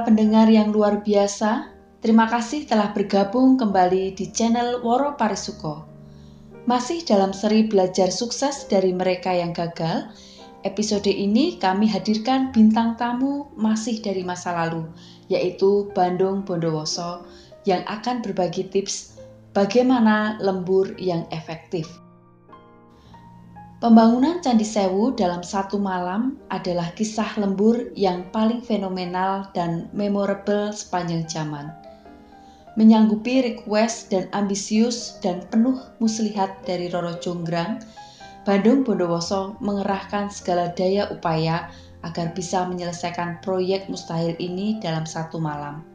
Para pendengar yang luar biasa, terima kasih telah bergabung kembali di channel Woro Parisuko. Masih dalam seri belajar sukses dari mereka yang gagal, episode ini kami hadirkan bintang tamu masih dari masa lalu, yaitu Bandung Bondowoso yang akan berbagi tips bagaimana lembur yang efektif. Pembangunan Candi Sewu dalam satu malam adalah kisah lembur yang paling fenomenal dan memorable sepanjang zaman. Menyanggupi request dan ambisius dan penuh muslihat dari Roro Jonggrang, Bandung Bondowoso mengerahkan segala daya upaya agar bisa menyelesaikan proyek mustahil ini dalam satu malam.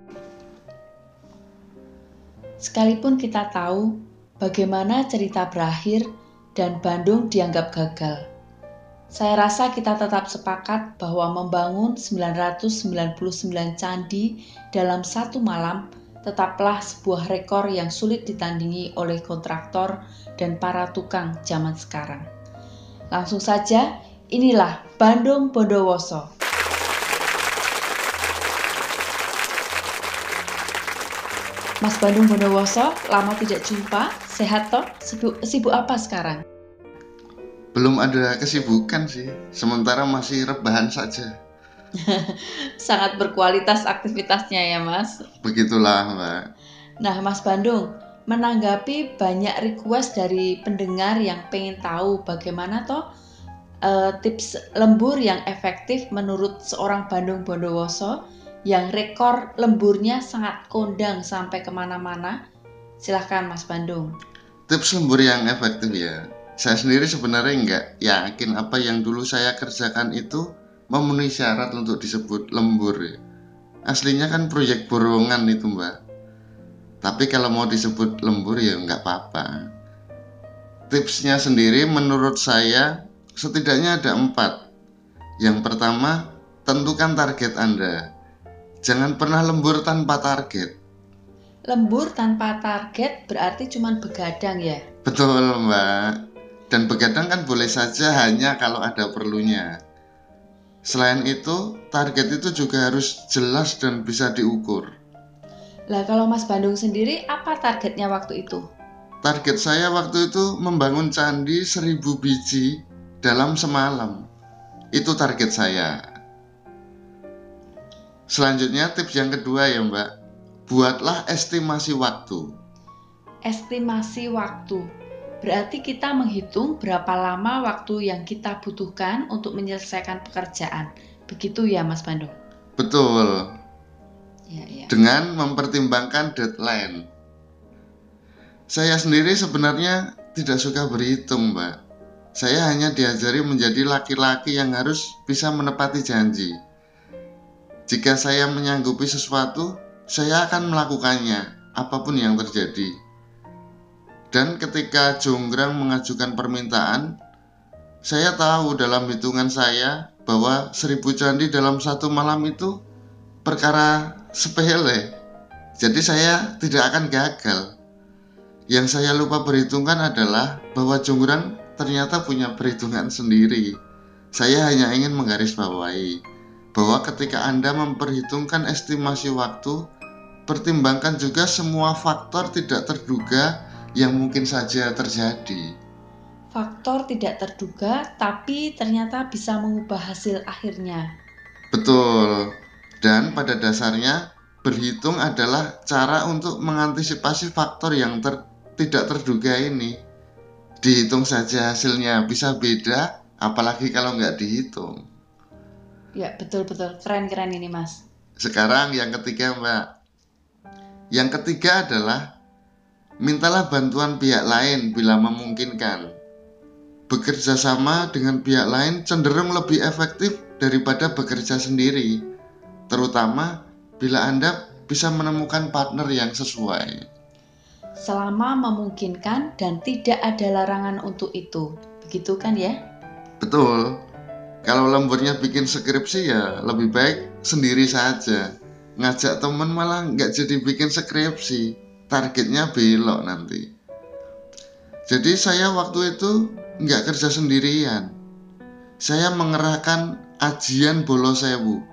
Sekalipun kita tahu bagaimana cerita berakhir dan Bandung dianggap gagal, saya rasa kita tetap sepakat bahwa membangun 999 candi dalam satu malam tetaplah sebuah rekor yang sulit ditandingi oleh kontraktor dan para tukang zaman sekarang. Langsung saja, inilah Bandung Bondowoso. Mas Bandung Bondowoso, lama tidak jumpa, sehat toh? Sibuk apa sekarang? Belum ada kesibukan sih, sementara masih rebahan saja. Sangat berkualitas aktivitasnya ya Mas. Begitulah Mbak. Nah Mas Bandung, menanggapi banyak request dari pendengar yang pengen tahu bagaimana toh tips lembur yang efektif menurut seorang Bandung Bondowoso yang rekor lemburnya sangat kondang sampai kemana-mana. Silahkan Mas Bandung. Tips lembur yang efektif ya. Saya sendiri sebenarnya nggak yakin apa yang dulu saya kerjakan itu memenuhi syarat untuk disebut lembur ya. Aslinya kan proyek borongan itu Mbak. Tapi kalau mau disebut lembur ya nggak apa-apa. Tipsnya sendiri menurut saya setidaknya ada 4. Yang pertama, tentukan target Anda. Jangan pernah lembur tanpa target. Lembur tanpa target berarti cuma begadang ya? Betul Mbak. Dan begadang kan boleh saja hanya kalau ada perlunya. Selain itu, target itu juga harus jelas dan bisa diukur. Lah kalau Mas Bandung sendiri apa targetnya waktu itu? Target saya waktu itu membangun candi 1000 biji dalam semalam. Itu target saya. Selanjutnya tips yang kedua ya Mbak. Buatlah estimasi waktu. Estimasi waktu. Berarti kita menghitung berapa lama waktu yang kita butuhkan untuk menyelesaikan pekerjaan. Begitu ya Mas Bandung? Betul. Ya. Dengan mempertimbangkan deadline. Saya sendiri sebenarnya tidak suka berhitung Mbak. Saya hanya diajari menjadi laki-laki yang harus bisa menepati janji. Jika saya menyanggupi sesuatu, saya akan melakukannya, apapun yang terjadi. Dan ketika Jonggrang mengajukan permintaan, saya tahu dalam hitungan saya bahwa 1000 candi dalam satu malam itu perkara sepele. Jadi saya tidak akan gagal. Yang saya lupa perhitungkan adalah bahwa Jonggrang ternyata punya perhitungan sendiri. Saya hanya ingin menggarisbawahi bahwa ketika Anda memperhitungkan estimasi waktu, pertimbangkan juga semua faktor tidak terduga yang mungkin saja terjadi. Faktor tidak terduga tapi ternyata bisa mengubah hasil akhirnya. Betul. Dan pada dasarnya berhitung adalah cara untuk mengantisipasi faktor yang tidak terduga ini. Dihitung saja hasilnya bisa beda, apalagi kalau nggak dihitung. Ya betul, keren ini Mas. Sekarang yang ketiga Mbak. Yang ketiga adalah mintalah bantuan pihak lain bila memungkinkan. Bekerja sama dengan pihak lain cenderung lebih efektif daripada bekerja sendiri, terutama bila Anda bisa menemukan partner yang sesuai. Selama memungkinkan dan tidak ada larangan untuk itu, begitu kan ya? Betul. Kalau lemburnya bikin skripsi ya lebih baik sendiri saja. Ngajak temen malah nggak jadi bikin skripsi. Targetnya belok nanti. Jadi saya waktu itu nggak kerja sendirian. Saya mengerahkan ajian Bolo Sewu.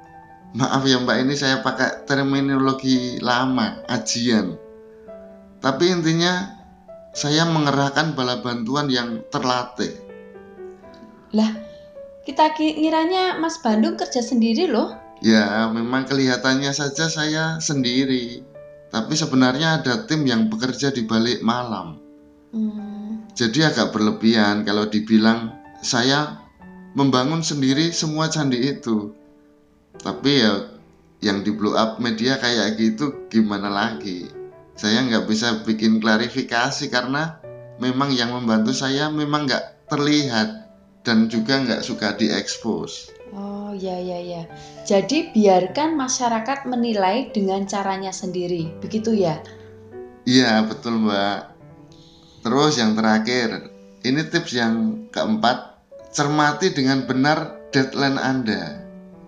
Maaf ya Mbak, ini saya pakai terminologi lama, ajian. Tapi intinya saya mengerahkan bala bantuan yang terlatih. Lah, kita ngiranya Mas Bandung kerja sendiri loh. Ya, memang kelihatannya saja saya sendiri. Tapi sebenarnya ada tim yang bekerja di balik malam. Jadi agak berlebihan kalau dibilang saya membangun sendiri semua candi itu. Tapi ya yang di blow up media kayak gitu gimana lagi. Saya nggak bisa bikin klarifikasi karena memang yang membantu saya memang nggak terlihat dan juga nggak suka diekspos. Oh ya. Jadi biarkan masyarakat menilai dengan caranya sendiri, begitu ya? Iya betul Mbak. Terus yang terakhir, ini tips yang keempat, cermati dengan benar deadline Anda.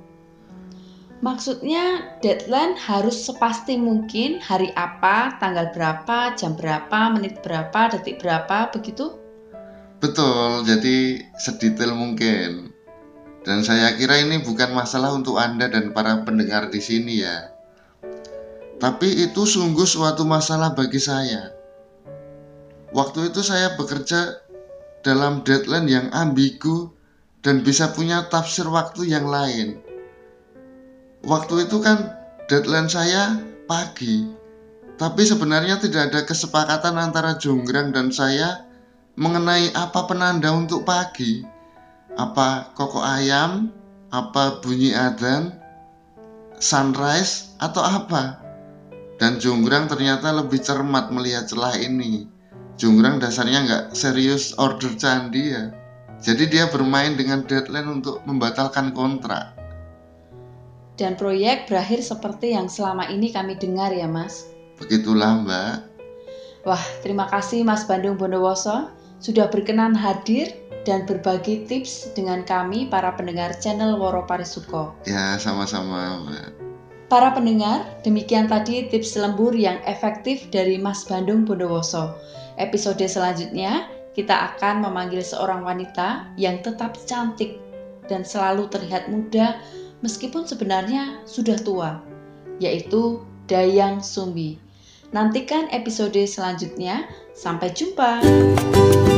Maksudnya deadline harus sepasti mungkin, hari apa, tanggal berapa, jam berapa, menit berapa, detik berapa, begitu? Betul, jadi sedetail mungkin. Dan saya kira ini bukan masalah untuk Anda dan para pendengar di sini ya. Tapi itu sungguh suatu masalah bagi saya. Waktu itu saya bekerja dalam deadline yang ambigu dan bisa punya tafsir waktu yang lain. Waktu itu kan deadline saya pagi, tapi sebenarnya tidak ada kesepakatan antara Jonggrang dan saya mengenai apa penanda untuk pagi. Apa kokok ayam, apa bunyi adzan, sunrise, atau apa. Dan Jonggrang ternyata lebih cermat melihat celah ini. Jonggrang dasarnya nggak serius order candi ya. Jadi dia bermain dengan deadline untuk membatalkan kontrak. Dan proyek berakhir seperti yang selama ini kami dengar ya Mas. Begitulah Mbak. Wah, terima kasih Mas Bandung Bondowoso sudah berkenan hadir dan berbagi tips dengan kami para pendengar channel Woro Parisuko. Ya, sama-sama Mbak. Para pendengar, demikian tadi tips lembur yang efektif dari Mas Bandung Bondowoso. Episode selanjutnya, kita akan memanggil seorang wanita yang tetap cantik dan selalu terlihat muda meskipun sebenarnya sudah tua, yaitu Dayang Sumbi. Nantikan episode selanjutnya. Sampai jumpa.